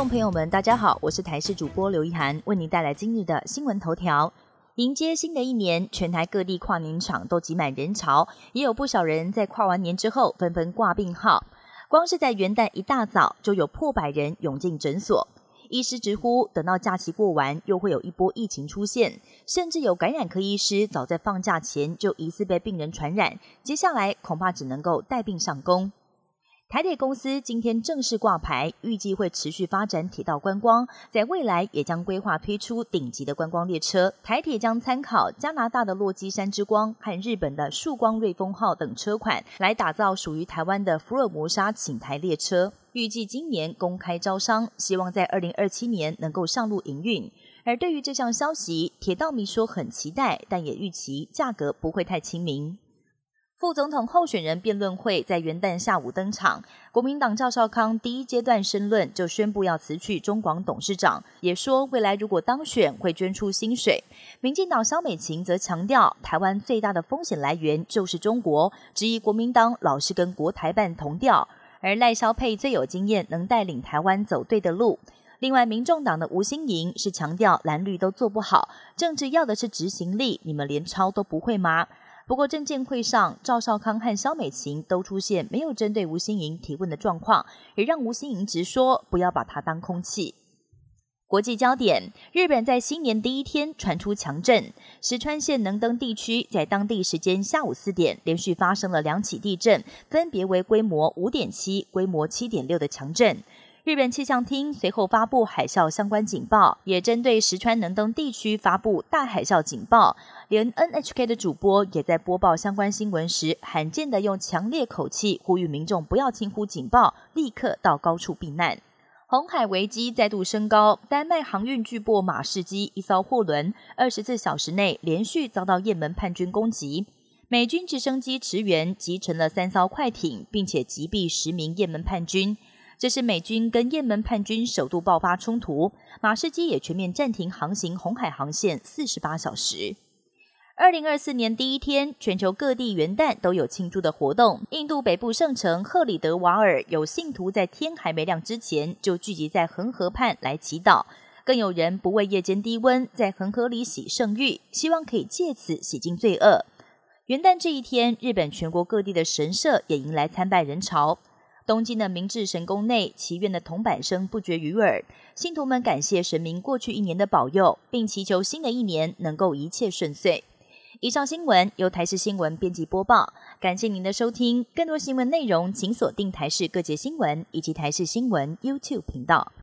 众朋友们大家好，我是台视主播刘一涵，为您带来今日的新闻头条。迎接新的一年，全台各地跨年场都挤满人潮，也有不少人在跨完年之后纷纷挂病号。光是在元旦一大早就有破百人涌进诊所，医师直呼等到假期过完又会有一波疫情出现，甚至有感染科医师早在放假前就疑似被病人传染，接下来恐怕只能够带病上工。台铁公司今天正式挂牌，预计会持续发展铁道观光，在未来也将规划推出顶级的观光列车。台铁将参考加拿大的洛基山之光和日本的曙光瑞丰号等车款，来打造属于台湾的福尔摩沙寝台列车。预计今年公开招商，希望在2027年能够上路营运。而对于这项消息，铁道迷说很期待，但也预期价格不会太亲民。副总统候选人辩论会在元旦下午登场，国民党赵少康第一阶段申论就宣布要辞去中广董事长，也说未来如果当选会捐出薪水。民进党萧美琴则强调，台湾最大的风险来源就是中国，质疑国民党老是跟国台办同调，而赖萧配最有经验，能带领台湾走对的路。另外，民众党的吴欣盈是强调蓝绿都做不好，政治要的是执行力，你们连抄都不会吗？不过政见会上，赵少康和萧美琴都出现没有针对吴欣盈提问的状况，也让吴欣盈直说不要把它当空气。国际焦点，日本在新年第一天传出强震，石川县能登地区在当地时间下午4点连续发生了2起地震，分别为规模 5.7、规模 7.6 的强震。日本气象厅随后发布海啸相关警报，也针对石川能登地区发布大海啸警报，连 NHK 的主播也在播报相关新闻时，罕见的用强烈口气呼吁民众不要轻忽警报，立刻到高处避难。红海危机再度升高，丹麦航运巨擘马士基一艘货轮24小时内连续遭到也门叛军攻击，美军直升机驰援击沉了3艘快艇，并且击毙10名也门叛军。这是美军跟也门叛军首度爆发冲突，马士基也全面暂停航行红海航线48小时。2024年第一天，全球各地元旦都有庆祝的活动。印度北部圣城赫里德瓦尔有信徒在天还没亮之前就聚集在恒河畔来祈祷，更有人不畏夜间低温，在恒河里洗圣浴，希望可以借此洗净罪恶。元旦这一天，日本全国各地的神社也迎来参拜人潮。东京的明治神宫内，祈愿的铜板声不绝于耳，信徒们感谢神明过去一年的保佑，并祈求新的一年能够一切顺遂。以上新闻由台视新闻编辑播报，感谢您的收听。更多新闻内容请锁定台视各节新闻以及台视新闻 YouTube 频道。